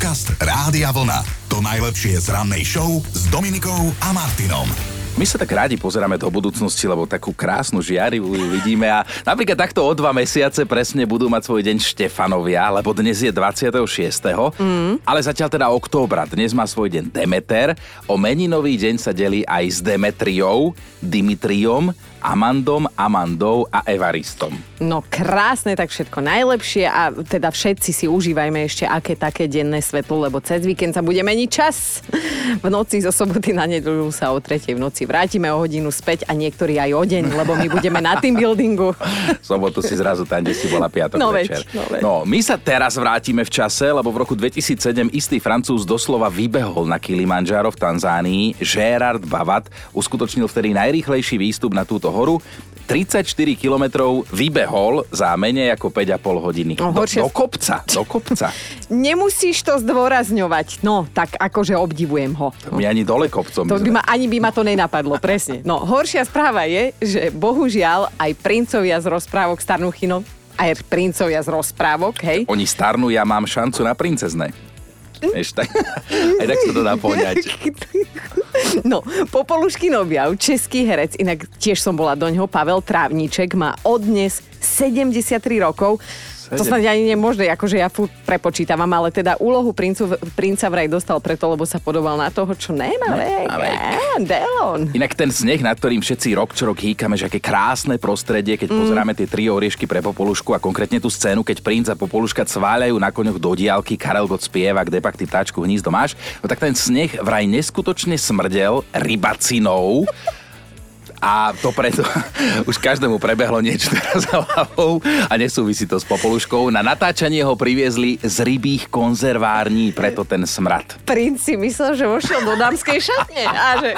Podcast Rádia Vlna. To najlepšie z rannej show s Dominikou a Martinom. My sa tak rádi pozeráme do budúcnosti, lebo takú krásnu žiarivú vidíme a napríklad takto o 2 mesiace presne budú mať svoj deň Štefanovia, lebo dnes je 26. Ale zatiaľ teda októbra. Dnes má svoj deň Demeter. O meninový deň sa delí aj s Demetriou, Dimitriom, Amandom, Amandou a Evaristom. No krásne, tak všetko najlepšie a teda všetci si užívajme ešte aké také denné svetlo, lebo cez víkend sa bude meniť čas. V noci zo soboty na nedeľu sa o 3:00 v noci vrátime o hodinu späť a niektorí aj o deň, lebo my budeme na team buildingu. Sobotu si zrazu tam, kde si bola piatok večer. No, my sa teraz vrátime v čase, lebo v roku 2007 istý Francúz doslova vybehol na Kilimanjaro v Tanzánii. Gérard Bavat uskutočnil vtedy najrýchlejší výstup na túto horu. 34 kilometrov vybehol za menej ako 5,5 hodiny. Do kopca. Nemusíš to zdôrazňovať. No, tak akože obdivujem ho. My ani dole kopcom. Ani by ma to nenapadlo, presne. No, horšia správa je, že bohužiaľ aj princovia z rozprávok starnú chino, aj princovia z rozprávok, hej. Oni starnú, ja mám šancu na princezné. Ešte tak, aj tak sa to dá poňať. No, Popoluškin objav, český herec, inak tiež som bola doňho, Pavel Trávniček, má odnes 73 rokov. To snad ani nemôžne, akože ja furt prepočítavam, ale teda úlohu princa vraj dostal preto, lebo sa podobal na toho, čo nemá Delon. Inak ten sneh, nad ktorým všetci rok čo rok hýkame, že aké krásne prostredie, keď pozeráme tie 3 oriešky pre Popolušku a konkrétne tú scénu, keď princ a Popoluška cváľajú na koňoch do diaľky, Karel Gott spieva, kde pak ty ptáčku hnízdo máš, no tak ten sneh vraj neskutočne smrdel rybacinou. A to preto už každému prebehlo niečo teraz hlavou a nesúvisí to s Popoluškou. Na natáčanie ho priviezli z rybích konzervární, preto ten smrad. Princ si myslel, že vošiel do dámskej šatne a že...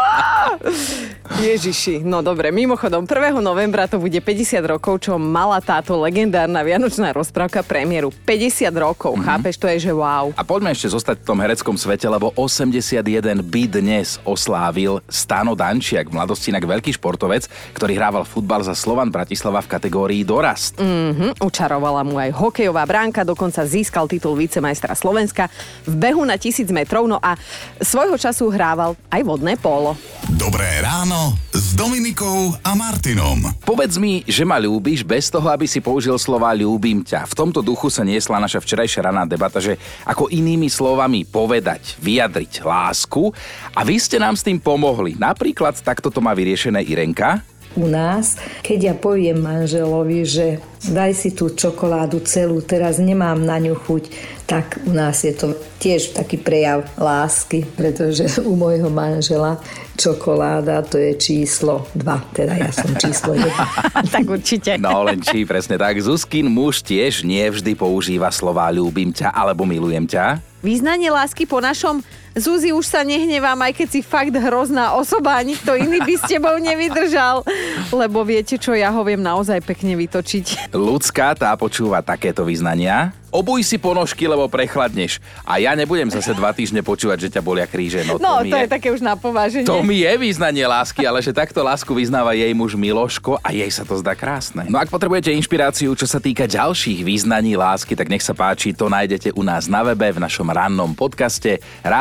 Ježiši, no dobre, mimochodom 1. novembra to bude 50 rokov, čo mala táto legendárna vianočná rozprávka premiéru. 50 rokov, chápeš, to je že wow. A poďme ešte zostať v tom hereckom svete, lebo 81 by dnes oslávil Stano Dančiak, v mladosti inak veľký športovec, ktorý hrával futbal za Slovan Bratislava v kategórii dorast. Učarovala mu aj hokejová bránka, dokonca získal titul vicemajstra Slovenska v behu na 1000 metrov, no a svojho času hrával aj vodné pólo. Dobré ráno s Dominikou a Martinom. Povedz mi, že ma ľúbiš bez toho, aby si použil slova ľúbim ťa. V tomto duchu sa niesla naša včerajšia raná debata, že ako inými slovami povedať, vyjadriť lásku a vy ste nám s tým pomohli. Napríklad takto to má vyriešené Irenka. U nás, keď ja poviem manželovi, že daj si tú čokoládu celú, teraz nemám na ňu chuť, tak u nás je to tiež taký prejav lásky, pretože u môjho manžela čokoláda to je číslo 2, teda ja som číslo 1. Tak určite. No len či, presne tak. Zuzkin muž tiež nevždy používa slová ľúbim ťa alebo milujem ťa. Význanie lásky po našom Zuzi, už sa nehnevám, aj keď si fakt hrozná osoba, nikto iný by s tebou nevydržal. Lebo viete čo, ja ho viem naozaj pekne vytočiť. Ľudská tá počúva takéto vyznania. Obuj si ponožky, lebo prechladneš. A ja nebudem zase 2 týždne počúvať, že ťa bolia kríže. No to je také už na pováženie. To mi je vyznanie lásky, ale že takto lásku vyznáva jej muž Miloško a jej sa to zdá krásne. No ak potrebujete inšpiráciu, čo sa týka ďalších význaní lásky, tak nech sa páči, to nájdete u nás na webe v našom rannom podcaste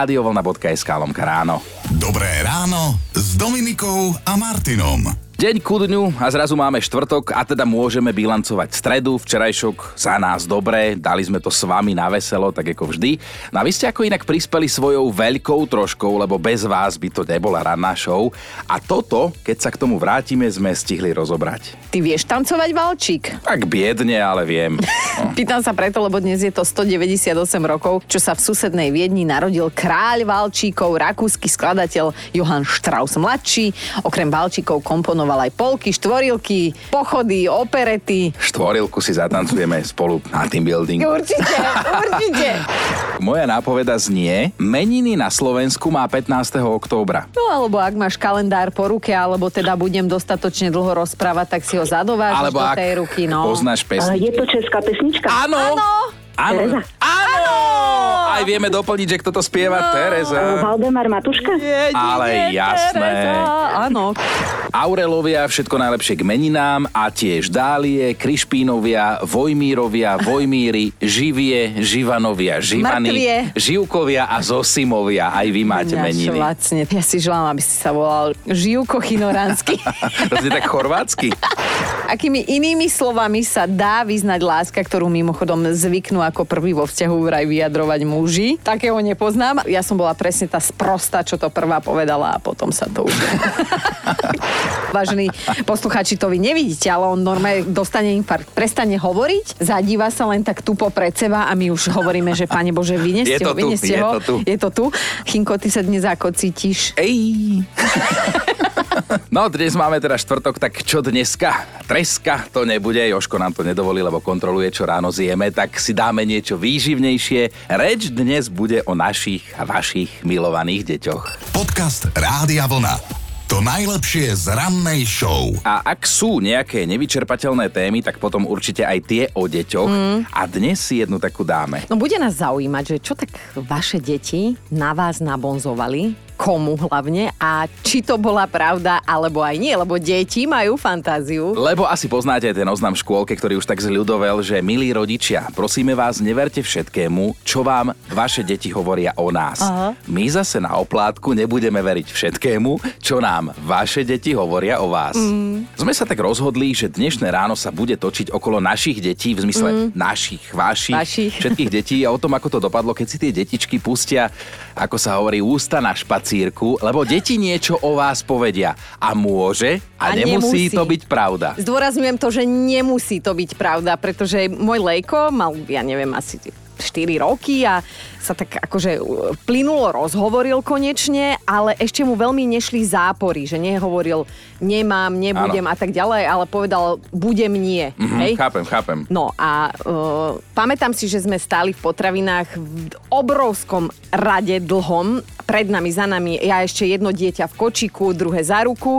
radiovlna.sk/ráno. Dobré ráno s Dominikou a Martinom. Deň ku dňu a zrazu máme štvrtok a teda môžeme bilancovať stredu, včerajšok za nás dobre, dali sme to s vami na veselo, tak ako vždy. No a vy ste ako inak prispeli svojou veľkou troškou, lebo bez vás by to nebola ranná show. A toto, keď sa k tomu vrátime, sme stihli rozobrať. Ty vieš tancovať valčík? Tak biedne, ale viem. No. Pýtam sa preto, lebo dnes je to 198 rokov, čo sa v susednej Viedni narodil kráľ valčíkov, rakúsky skladateľ Johann Strauss mladší. Okrem valčíkov komponoval aj polky, štvorilky, pochody, operety. Štvorilku si zatancujeme spolu na team building. Určite. Moja nápoveda znie, meniny na Slovensku má 15. októbra. No alebo ak máš kalendár po ruke, alebo teda budem dostatočne dlho rozprávať, tak si ho zadovážeš alebo do tej ruky. No. Poznáš pesničku. Je to česká pesnička? Áno. Aj vieme doplniť, že kto to spieva. Tereza. Valdemar Matuška? Ale jasné. Tereza. Áno. Aurelovia, všetko najlepšie k meninám a tiež Dálie, Krišpínovia, Vojmírovia, Vojmíri, Živie, Živanovia, Živany, Mŕtvie. Živkovia a Zosimovia. Aj vy máte meniny. Vlastne. Ja si želám, aby si sa volal Živko Chinoránsky. To si tak chorvátsky. Akými inými slovami sa dá vyznať láska, ktorú mimochodom zvyknú ako prvý vo vzťahu vraj vyjadrovať muži? Takého nepoznám. Ja som bola presne tá sprostá, čo to prvá povedala a potom sa to už... Vážení poslucháči, to vy nevidíte, ale on normálne dostane infarkt. Prestane hovoriť, zadíva sa len tak tupo pred seba a my už hovoríme, že Pane Bože, vyneste ho. Je to tu. Chinko, ty sa dnes ako cítiš? Ej! No, dnes máme teda štvrtok, tak čo dneska? Treska to nebude, Jožko nám to nedovolí, lebo kontroluje, čo ráno zjeme, tak si dáme niečo výživnejšie. Reč dnes bude o našich a vašich milovaných deťoch. Podcast Rádia Vlna. To najlepšie z rannej show. A ak sú nejaké nevyčerpateľné témy, tak potom určite aj tie o deťoch. A dnes si jednu takú dáme. No bude nás zaujímať, že čo tak vaše deti na vás nabonzovali, komu hlavne a či to bola pravda alebo aj nie, lebo deti majú fantáziu. Lebo asi poznáte ten oznam v škôlke, ktorý už tak zľudovel, že milí rodičia, prosíme vás, neverte všetkému, čo vám vaše deti hovoria o nás. Aha. My zase na oplátku nebudeme veriť všetkému, čo nám vaše deti hovoria o vás. Sme sa tak rozhodli, že dnešné ráno sa bude točiť okolo našich detí, v zmysle našich, vašich, všetkých detí a o tom, ako to dopadlo, keď si tie detičky pustia, ako sa hovorí, ústa na špacírku, lebo deti niečo o vás povedia a môže a nemusí to byť pravda. Zdôrazňujem to, že nemusí to byť pravda, pretože môj Lejko mal, ja neviem, asi 4 roky a sa tak akože plynulo rozhovoril konečne, ale ešte mu veľmi nešli zápory, že nehovoril nemám, nebudem a tak ďalej, ale povedal budem nie. Hej? Chápem. No a pamätám si, že sme stáli v potravinách v obrovskom rade dlhom, pred nami, za nami, ja ešte jedno dieťa v kočiku, druhé za ruku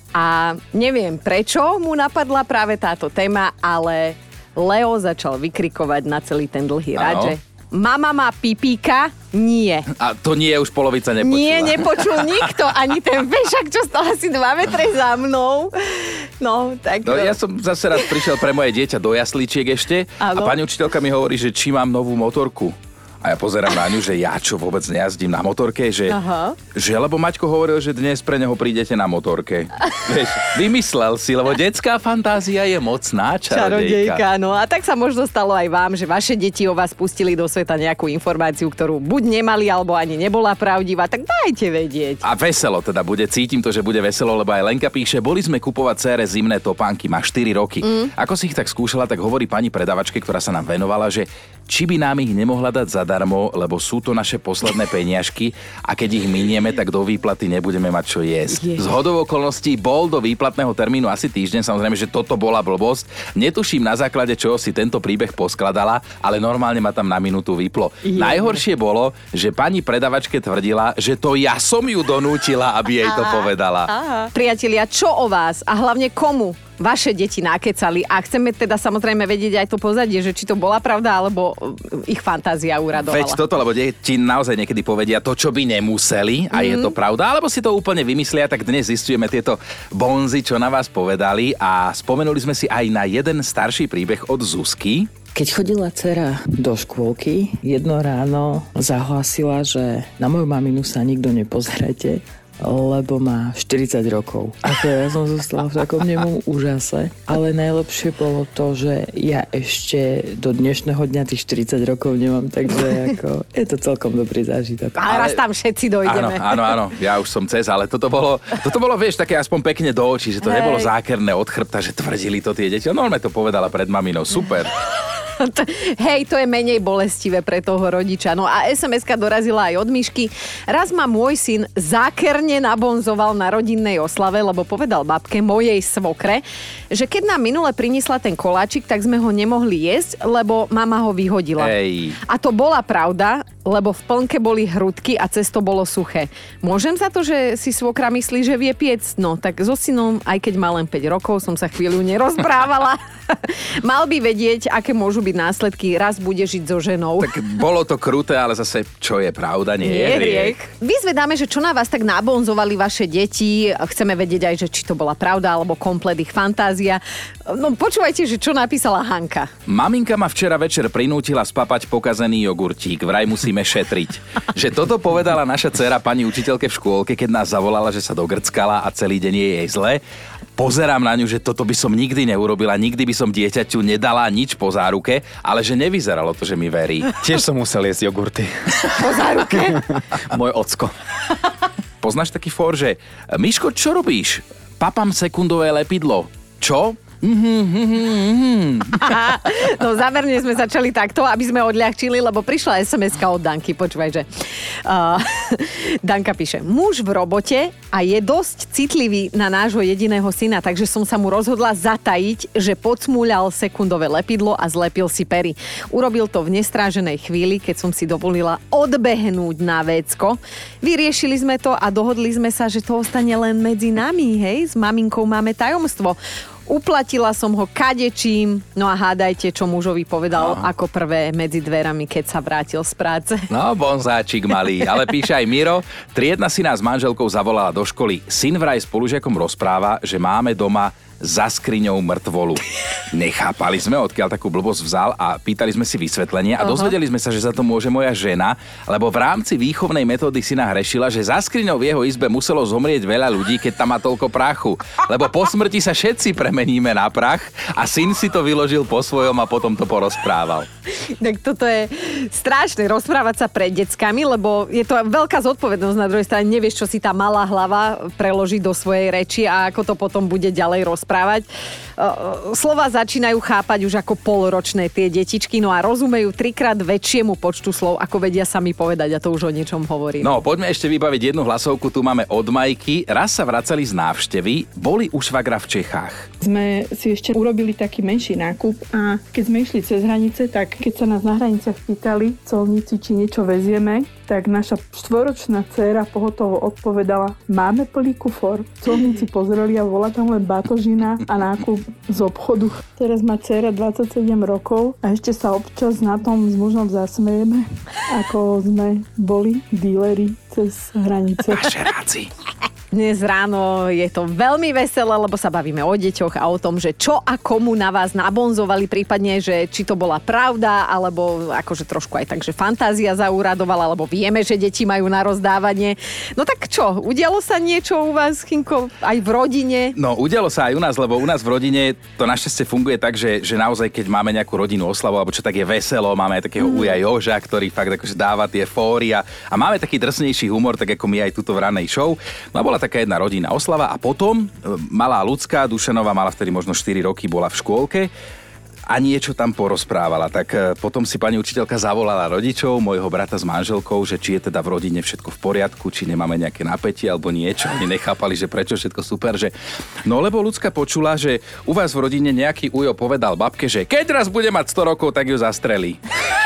a neviem prečo mu napadla práve táto téma, ale Leo začal vykrikovať na celý ten dlhý rad, že mama má pipíka, nie. A to nie už polovica nepočula. Nie, nepočul nikto, ani ten vešak, čo stal asi 2 metre za mnou. No, tak... No, ja som zase raz prišiel pre moje dieťa do jasličiek ešte a pani učiteľka mi hovorí, že či mám novú motorku. A ja pozerám na ňu, že ja čo vôbec nejazdím na motorke, že lebo Maťko hovoril, že dnes pre neho prídete na motorke. Vieš, vymyslel si, lebo detská fantázia je mocná čarodejka. No a tak sa možno stalo aj vám, že vaše deti o vás pustili do sveta nejakú informáciu, ktorú buď nemali, alebo ani nebola pravdivá, tak dajte vedieť. A veselo teda bude, cítim to, že bude veselo, lebo aj Lenka píše, boli sme kupovať dcére zimné topánky, má 4 roky. Ako si ich tak skúšala, tak hovorí pani predavačke, ktorá sa nám venovala, že či by nám ich nemohla dať zadarmo, lebo sú to naše posledné peniažky a keď ich minieme, tak do výplaty nebudeme mať čo jesť. Z hodou okolností bol do výplatného termínu asi týždeň, samozrejme, že toto bola blbosť. Netuším na základe čoho si tento príbeh poskladala, ale normálne ma tam na minútu vyplo. Najhoršie bolo, že pani predavačke tvrdila, že to ja som ju donútila, aby jej to povedala. Priatelia, čo o vás a hlavne komu vaše deti nakecali a chceme teda samozrejme vedieť aj to pozadie, že či to bola pravda, alebo ich fantázia uradovala. Veď toto, lebo deti naozaj niekedy povedia to, čo by nemuseli a je to pravda, alebo si to úplne vymyslia, tak dnes zistujeme tieto bonzy, čo na vás povedali a spomenuli sme si aj na jeden starší príbeh od Zuzky. Keď chodila dcera do škôlky, jedno ráno zahlasila, že na moju maminu sa nikto nepozerajte, lebo má 40 rokov. A to ja som zostala v takom nemom úžase. Ale najlepšie bolo to, že ja ešte do dnešného dňa tých 40 rokov nemám, takže ako, je to celkom dobrý zážitok. Ale raz tam všetci dojdeme. Áno, ja už som cez, ale toto bolo, vieš, také aspoň pekne do očí, že to nebolo zákerné od chrbta, že tvrdili to tie deti. Normálne to povedala pred maminou, super. Hej, to je menej bolestivé pre toho rodiča. No a SMS-ka dorazila aj od Myšky. Raz ma môj syn zákerne nabonzoval na rodinnej oslave, lebo povedal babke, mojej svokre, že keď nám minule priniesla ten koláčik, tak sme ho nemohli jesť, lebo mama ho vyhodila. Ej. A to bola pravda, lebo v plnke boli hrudky a cesto bolo suché. Môžem za to, že si svokra myslí, že vie piecť? No, tak so synom, aj keď má len 5 rokov, som sa chvíľu nerozprávala. Mal by vedieť, aké môžu byť robiť následky, raz bude žiť so ženou. Tak bolo to kruté, ale zase, čo je pravda, nie je hriech. Vyzvedáme, že čo na vás tak nabonzovali vaše deti. Chceme vedieť aj, že či to bola pravda, alebo komplet ich fantázia. No počúvajte, že čo napísala Hanka. Maminka ma včera večer prinútila spapať pokazený jogurtík. Vraj musíme šetriť. Že toto povedala naša dcéra pani učiteľke v škôlke, keď nás zavolala, že sa dogrckala a celý deň je jej zle. Pozerám na ňu, že toto by som nikdy neurobila, nikdy by som dieťaťu nedala nič po záruke, ale že nevyzeralo to, že mi verí. Tiež som musel jesť jogurty. Po záruke? Môj ocko. Poznáš taký fór, že Miško, čo robíš? Papám sekundové lepidlo. Čo? No zámerne sme začali takto, aby sme odľahčili, lebo prišla SMS-ka od Danky. Počúvaj, že Danka píše: muž v robote a je dosť citlivý na nášho jediného syna, takže som sa mu rozhodla zatajiť, že podsmúľal sekundové lepidlo a zlepil si pery. Urobil to v nestráženej chvíli, keď som si dovolila odbehnúť na vécko. Vyriešili sme to a dohodli sme sa, že to ostane len medzi nami, hej? S maminkou máme tajomstvo. Uplatila som ho kadečím, no a hádajte, čo mužovi povedal ako prvé medzi dverami, keď sa vrátil z práce. No, bonzáčik malý. Ale píše aj Miro, triedna si nás s manželkou zavolala do školy. Syn vraj spolužiakom rozpráva, že máme doma za skriňou mŕtvolu. Nechápali sme, odkiaľ takú blbosť vzal a pýtali sme si vysvetlenie a dozvedeli sme sa, že za to môže moja žena, lebo v rámci výchovnej metódy syna hrešila, že za skriňou v jeho izbe muselo zomrieť veľa ľudí, keď tam má toľko prachu. Lebo po smrti sa všetci premeníme na prach a syn si to vyložil po svojom a potom to porozprával. Tak toto je strašné, rozprávať sa pred deckami, lebo je to veľká zodpovednosť. Na druhej strane nevieš, čo si tá malá hlava preloží do svojej reči a ako to potom bude ďalej rozprávať. Slova začínajú chápať už ako polročné tie detičky, no a rozumejú 3-krát väčšiemu počtu slov, ako vedia sami povedať, a to už o niečom hovorí. No, poďme ešte vybaviť jednu hlasovku, tu máme od Majky. Raz sa vracali z návštevy, boli u švagra v Čechách. Sme si ešte urobili taký menší nákup a keď sme išli cez hranice, tak keď sa nás na hraniciach pýtali colníci, či niečo vezieme, tak naša 4-ročná dcéra pohotovo odpovedala: máme plný kufor. Colníci pozreli a bola tam len batožina a nákup z obchodu. Teraz má dcéra 27 rokov a ešte sa občas na tom s mužom zasmejeme, ako sme boli díleri cez hranice. Pašeráci. Dnes ráno je to veľmi veselé, lebo sa bavíme o deťoch a o tom, že čo a komu na vás nabonzovali, prípadne, že či to bola pravda, alebo akože trošku aj tak, že fantázia zauradovala, lebo vieme, že deti majú na rozdávanie. No tak čo, udialo sa niečo u vás, Chinko, aj v rodine? No, udialo sa aj u nás, lebo u nás v rodine to našťastie funguje tak, že naozaj, keď máme nejakú rodinnú oslavu, alebo čo tak je veselo, máme aj takého uja Joža, ktorý fakt akože dáva tie fóry a máme taký drsnejší humor, tak ako my aj tuto v ranej show. No, bola taká jedna rodinná oslava a potom malá ľudská, Dušanová mala vtedy možno 4 roky, bola v škôlke a niečo tam porozprávala. Tak potom si pani učiteľka zavolala rodičov, môjho brata s manželkou, že či je teda v rodine všetko v poriadku, či nemáme nejaké napätie alebo niečo. Oni nechápali, že prečo všetko super, že no lebo ľudská počula, že u vás v rodine nejaký ujo povedal babke, že keď raz bude mať 100 rokov, tak ju zastrelí.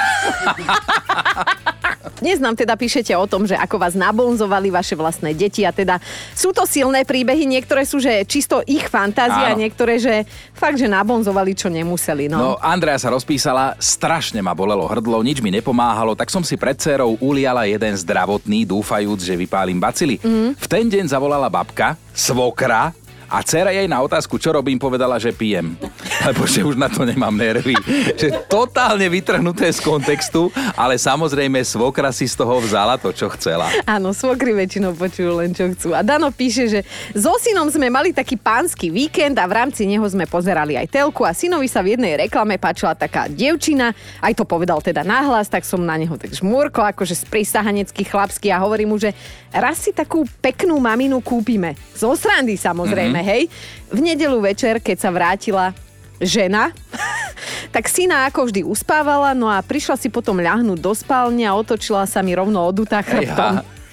Dnes nám teda píšete o tom, že ako vás nabonzovali vaše vlastné deti a teda sú to silné príbehy, niektoré sú, že čisto ich fantázia, a niektoré, že fakt, že nabonzovali, čo nemuseli. No, Andrea sa rozpísala, strašne ma bolelo hrdlo, nič mi nepomáhalo, tak som si pred dcérou uliala jeden zdravotný, dúfajúc, že vypálim bacily. V ten deň zavolala babka, svokra, a dcera jej na otázku, čo robím, povedala, že pijem. Lebo že už na to nemám nervy. Že totálne vytrhnuté z kontextu, ale samozrejme svokra si z toho vzala to, čo chcela. Áno, svokry väčšinou počujú len, čo chcú. A Dano píše, že so synom sme mali taký pánsky víkend a v rámci neho sme pozerali aj telku a synovi sa v jednej reklame páčila taká dievčina, aj to povedal teda nahlas, tak som na neho tak žmúrko, akože sprísahanecký chlapský a hovorím mu, že raz si takú peknú maminu kúpime. Zo srandy samozrejme. Hej. V nedeľu večer, keď sa vrátila žena, tak syna ako vždy uspávala, no a prišla si potom ľahnúť do spálne a otočila sa mi rovno odutá chrbtom.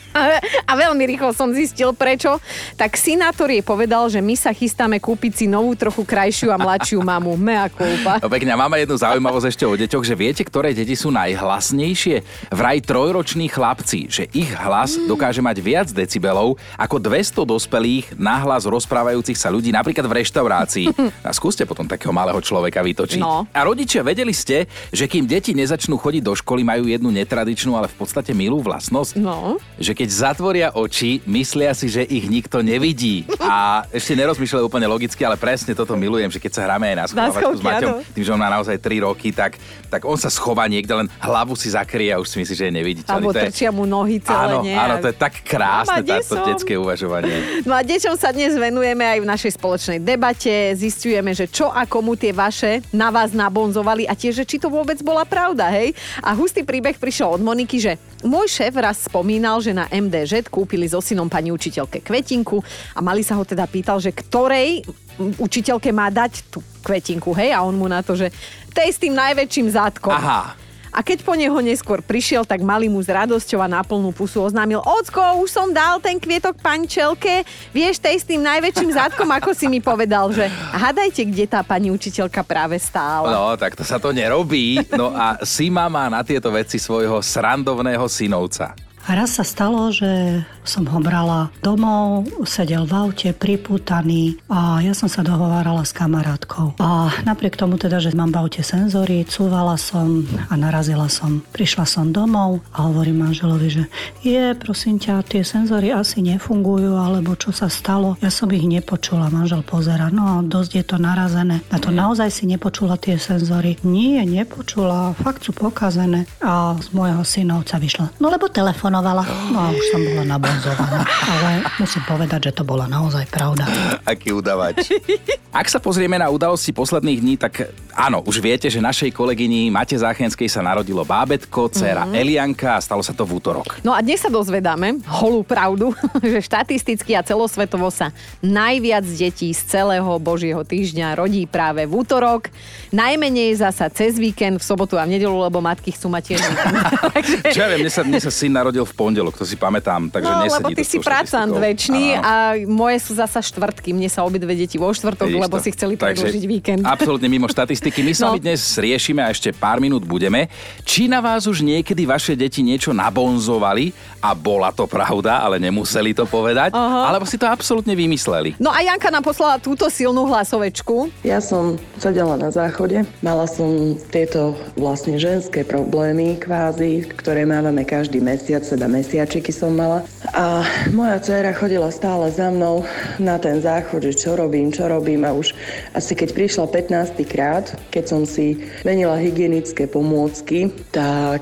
A veľmi rýchlo som zistil, prečo. Tak synátor jej povedal, že my sa chystáme kúpiť si novú, trochu krajšiu a mladšiu mamu. Mea culpa. No pekne, máme jednu zaujímavosť ešte o deťoch, že viete, ktoré deti sú najhlasnejšie? Vraj 3-roční chlapci, že ich hlas dokáže mať viac decibelov ako 200 dospelých nahlas rozprávajúcich sa ľudí, napríklad v reštaurácii. A skúste potom takého malého človeka vytočiť. No. A rodičia, vedeli ste, že kým deti nezačnú chodiť do školy, majú jednu netradičnú, ale v podstate milú vlastnosť? No. Že keď zatvoria oči, myslia si, že ich nikto nevidí. A ešte nerozmýšľajú úplne logicky, ale presne toto milujem, že keď sa hráme aj na schovávačku s Maťom, tým, že on má naozaj 3 roky, tak on sa schová niekde, len hlavu si zakrie a už si myslí, že je neviditeľný. Alebo trčia mu nohy celé. Áno, to je tak krásne, táto detské uvažovanie. No a deťom sa dnes venujeme aj v našej spoločnej debate. Zisťujeme, že čo a komu tie vaše na vás nabonzovali a tiež, že či to vôbec bola pravda, hej? A hustý príbeh prišiel od Moniky, že môj šéf raz spomínal, že na MDŽ kúpili so synom pani učiteľke kvetinku a mali sa ho teda pýtal, že ktorej učiteľke má dať tú kvetinku, hej? A on mu na to, že tej s tým najväčším zadkom. Aha. A keď po neho neskôr prišiel, tak malý mu s radosťou a na plnú pusu oznámil: Ocko, už som dal ten kvietok pančelke, vieš, tej s tým najväčším zadkom, ako si mi povedal, že hádajte, kde tá pani učiteľka práve stála. No, tak to sa to nerobí. No a Sima má na tieto veci svojho srandovného synovca. A raz sa stalo, že som ho brala domov, sedel v aute, pripútaný a ja som sa dohovárala s kamarátkou. A napriek tomu teda, že mám v aute senzory, cúvala som a narazila som. Prišla som domov a hovorím manželovi, že prosím ťa, tie senzory asi nefungujú, alebo čo sa stalo. Ja som ich nepočula, manžel pozera, no dosť je to narazené. A to naozaj si nepočula tie senzory? Nie, nepočula, fakt sú pokazené. A z môjho synovca vyšla, no lebo telefonovala. No a už som bola nabonzovaná. Ale musím povedať, že to bola naozaj pravda. Aký udavač. Ak sa pozrieme na udalosti posledných dní, tak áno, už viete, že našej kolegyni Mate Záchenskej sa narodilo bábätko, dcéra Elianka a stalo sa to v utorok. No a dnes sa dozvedáme holú pravdu, že štatisticky a celosvetovo sa najviac detí z celého Božieho týždňa rodí práve v utorok. Najmenej zasa cez víkend, v sobotu a v nedeľu, lebo matky chcú mať tiež víkend. Čo ja viem, mne sa syn narodil v pondelok, to si pamätám, takže no, nesedí lebo ty to s si tou pracant štatistikou. večný a moje sú zasa štvrtky. Mne sa obidve deti vo štvrtok, Vidíš lebo to? si chceli predĺžiť víkend. Absolútne mimo štatistiky. My s vami dnes riešime a ešte pár minút budeme. Či na vás už niekedy vaše deti niečo nabonzovali a bola to pravda, ale nemuseli to povedať, alebo si to absolútne vymysleli? No a Janka nám poslala túto silnú hlasovečku. Ja som sedela na záchode, mala som tieto vlastne ženské problémy kvázi, ktoré mávame každý mesiac, teda mesiačiky som mala. A moja dcéra chodila stále za mnou na ten záchod, že čo robím a už asi keď prišla 15. krát, keď som si menila hygienické pomôcky, tak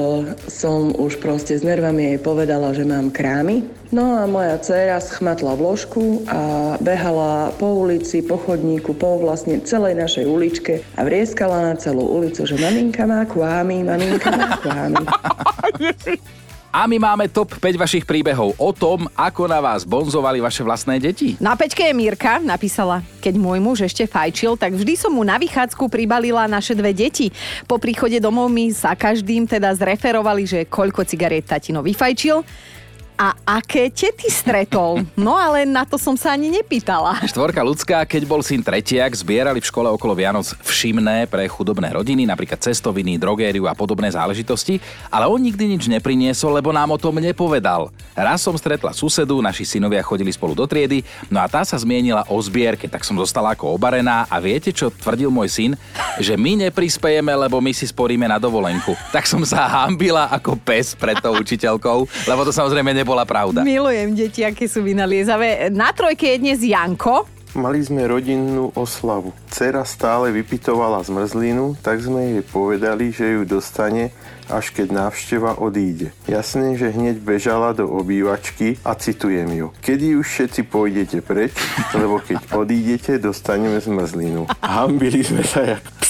som už proste s nervami jej povedala, že mám krámy. No a moja dcéra schmatla vložku a behala po ulici, po chodníku, po vlastne celej našej uličke a vrieskala na celú ulicu, že maminka má kvámy, maminka má kvámy. A my máme top 5 vašich príbehov o tom, ako na vás bonzovali vaše vlastné deti. Na 5-ke je Mírka, napísala: keď môj muž ešte fajčil, tak vždy som mu na vychádzku pribalila naše 2 deti. Po príchode domov mi za každým teda zreferovali, že koľko cigariet tatino vyfajčil a aké tety stretol. No ale na to som sa ani nepýtala. Štvorka ľudská, keď bol syn tretiak, zbierali v škole okolo Vianoc všimné pre chudobné rodiny, napríklad cestoviny, drogériu a podobné záležitosti, ale on nikdy nič nepriniesol, lebo nám o tom nepovedal. Raz som stretla susedu, naši synovia chodili spolu do triedy, no a tá sa zmienila o zbierke, tak som zostala ako obarená a viete, čo tvrdil môj syn? Že my neprispejeme, lebo my si sporíme na dovolenku. Tak som sa hanbila ako pes pred tou učiteľkou, lebo to samozrejme nebola pravda. Milujem deti, aké sú vynaliezavé. Na 3-ke je dnes Janko. Mali sme rodinnú oslavu. Dcera stále vypytovala zmrzlinu, tak sme jej povedali, že ju dostane, až keď návšteva odíde. Jasné, že hneď bežala do obývačky a citujem ju. Kedy už všetci pôjdete preč, lebo keď odídete, dostaneme zmrzlinu. Hanbili sme sa jak ps.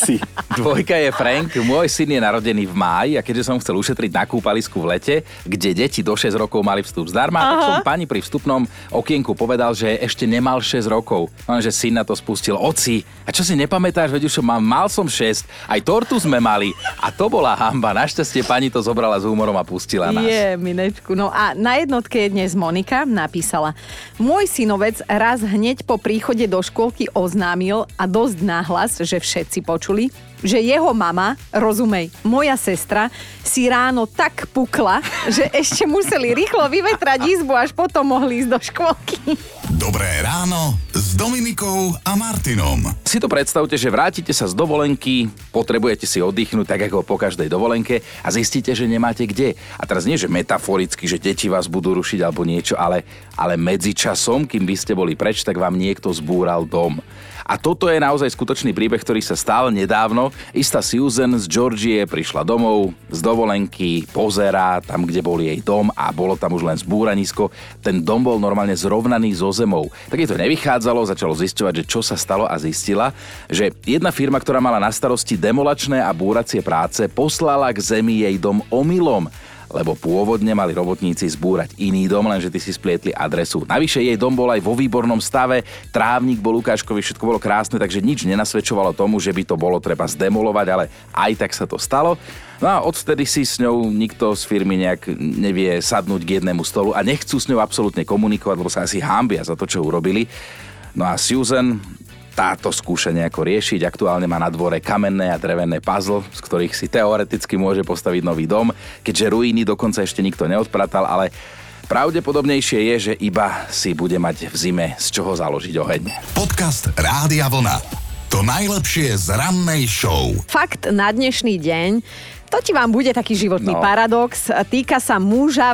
si. Dvojka je Frank, môj syn je narodený v máji a keďže som chcel ušetriť na kúpalisku v lete, kde deti do 6 rokov mali vstup zdarma, tak som pani pri vstupnom okienku povedal, že ešte nemal 6 rokov. Lenže syn na to spustil: oci, a čo si nepamätáš, veď už mal som 6, aj tortu sme mali. A to bola hanba. Našťastie pani to zobrala s humorom a pustila nás. Minečku. No a na jednotke je dnes Monika, napísala: môj synovec raz hneď po príchode do škôlky oznámil a dosť náhlas, že všetci počuli, že jeho mama, rozumej, moja sestra, si ráno tak pukla, že ešte museli rýchlo vyvetrať izbu, až potom mohli ísť do škôlky. Dobré ráno s Dominikou a Martinom. Si to predstavte, že vrátite sa z dovolenky, potrebujete si oddychnúť tak ako po každej dovolenke a zistíte, že nemáte kde. A teraz nie, že metaforicky, že deti vás budú rušiť alebo niečo, ale medzičasom, kým by ste boli preč, tak vám niekto zbúral dom. A toto je naozaj skutočný príbeh, ktorý sa stal nedávno. Istá Susan z Georgie prišla domov z dovolenky, pozerá tam, kde bol jej dom a bolo tam už len zbúranisko. Ten dom bol normálne zrovnaný so zemou. Tak jej to nevychádzalo, začalo zisťovať, že čo sa stalo a zistila, že jedna firma, ktorá mala na starosti demolačné a búracie práce, poslala k zemi jej dom omylom, lebo pôvodne mali robotníci zbúrať iný dom, lenže ty si splietli adresu. Navyše jej dom bol aj vo výbornom stave, trávnik bol ukážkový, všetko bolo krásne, takže nič nenasvedčovalo tomu, že by to bolo treba zdemolovať, ale aj tak sa to stalo. No a odvtedy si s ňou nikto z firmy nejak nevie sadnúť k jednému stolu a nechcú s ňou absolútne komunikovať, lebo sa asi hanbia za to, čo urobili. No a Susan táto skúša nejako riešiť. Aktuálne má na dvore kamenné a drevené puzzle, z ktorých si teoreticky môže postaviť nový dom, keďže ruíny dokonca ešte nikto neodpratal, ale pravdepodobnejšie je, že iba si bude mať v zime z čoho založiť oheň. Podcast Rádia Vlna. To najlepšie z rannej show. Fakt na dnešný deň, to ti vám bude taký životný paradox. Týka sa muža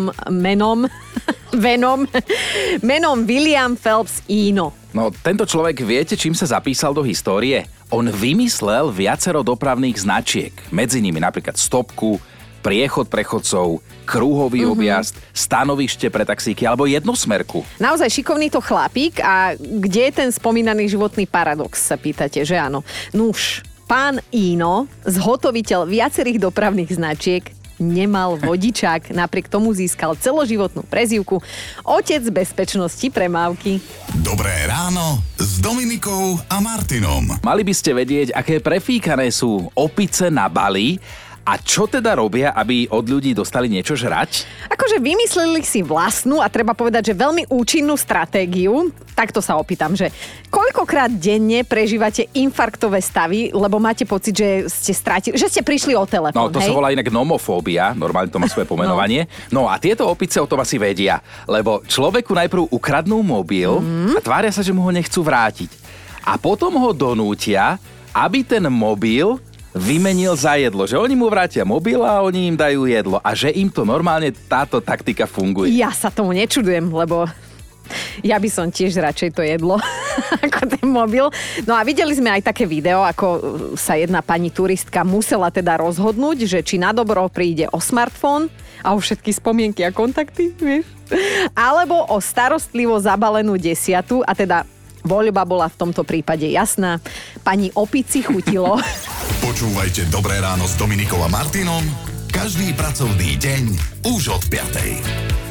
menom William Phelps Eno. No, tento človek, viete, čím sa zapísal do histórie? On vymyslel viacero dopravných značiek. Medzi nimi napríklad stopku, priechod pre chodcov, krúhový objazd, stanovište pre taxíky alebo jednosmerku. Naozaj šikovný to chlapík. A kde je ten spomínaný životný paradox, sa pýtate, že áno? Nuž, pán Eno, zhotoviteľ viacerých dopravných značiek, nemal vodičák, napriek tomu získal celoživotnú prezývku Otec bezpečnosti premávky. Dobré ráno s Dominikou a Martinom. Mali by ste vedieť, aké prefíkané sú opice na Bali a čo teda robia, aby od ľudí dostali niečo žrať? Akože vymysleli si vlastnú a treba povedať, že veľmi účinnú stratégiu. Takto sa opýtam, že koľkokrát denne prežívate infarktové stavy, lebo máte pocit, že ste stratili, že ste prišli o telefón, No, to sa volá inak nomofóbia, normálne to má svoje pomenovanie. No a tieto opice o tom asi vedia, lebo človeku najprv ukradnú mobil a tvária sa, že mu ho nechcú vrátiť. A potom ho donútia, aby ten mobil vymenil za jedlo, že oni mu vrátia mobil a oni im dajú jedlo a že im to normálne táto taktika funguje. Ja sa tomu nečudujem, lebo ja by som tiež radšej to jedlo ako ten mobil. No a videli sme aj také video, ako sa jedna pani turistka musela teda rozhodnúť, že či na dobro príde o smartfón a o všetky spomienky a kontakty, vieš? Alebo o starostlivo zabalenú desiatu a teda voľba bola v tomto prípade jasná. Pani opici chutilo. Počúvajte Dobré ráno s Dominikou a Martinom každý pracovný deň už od 5.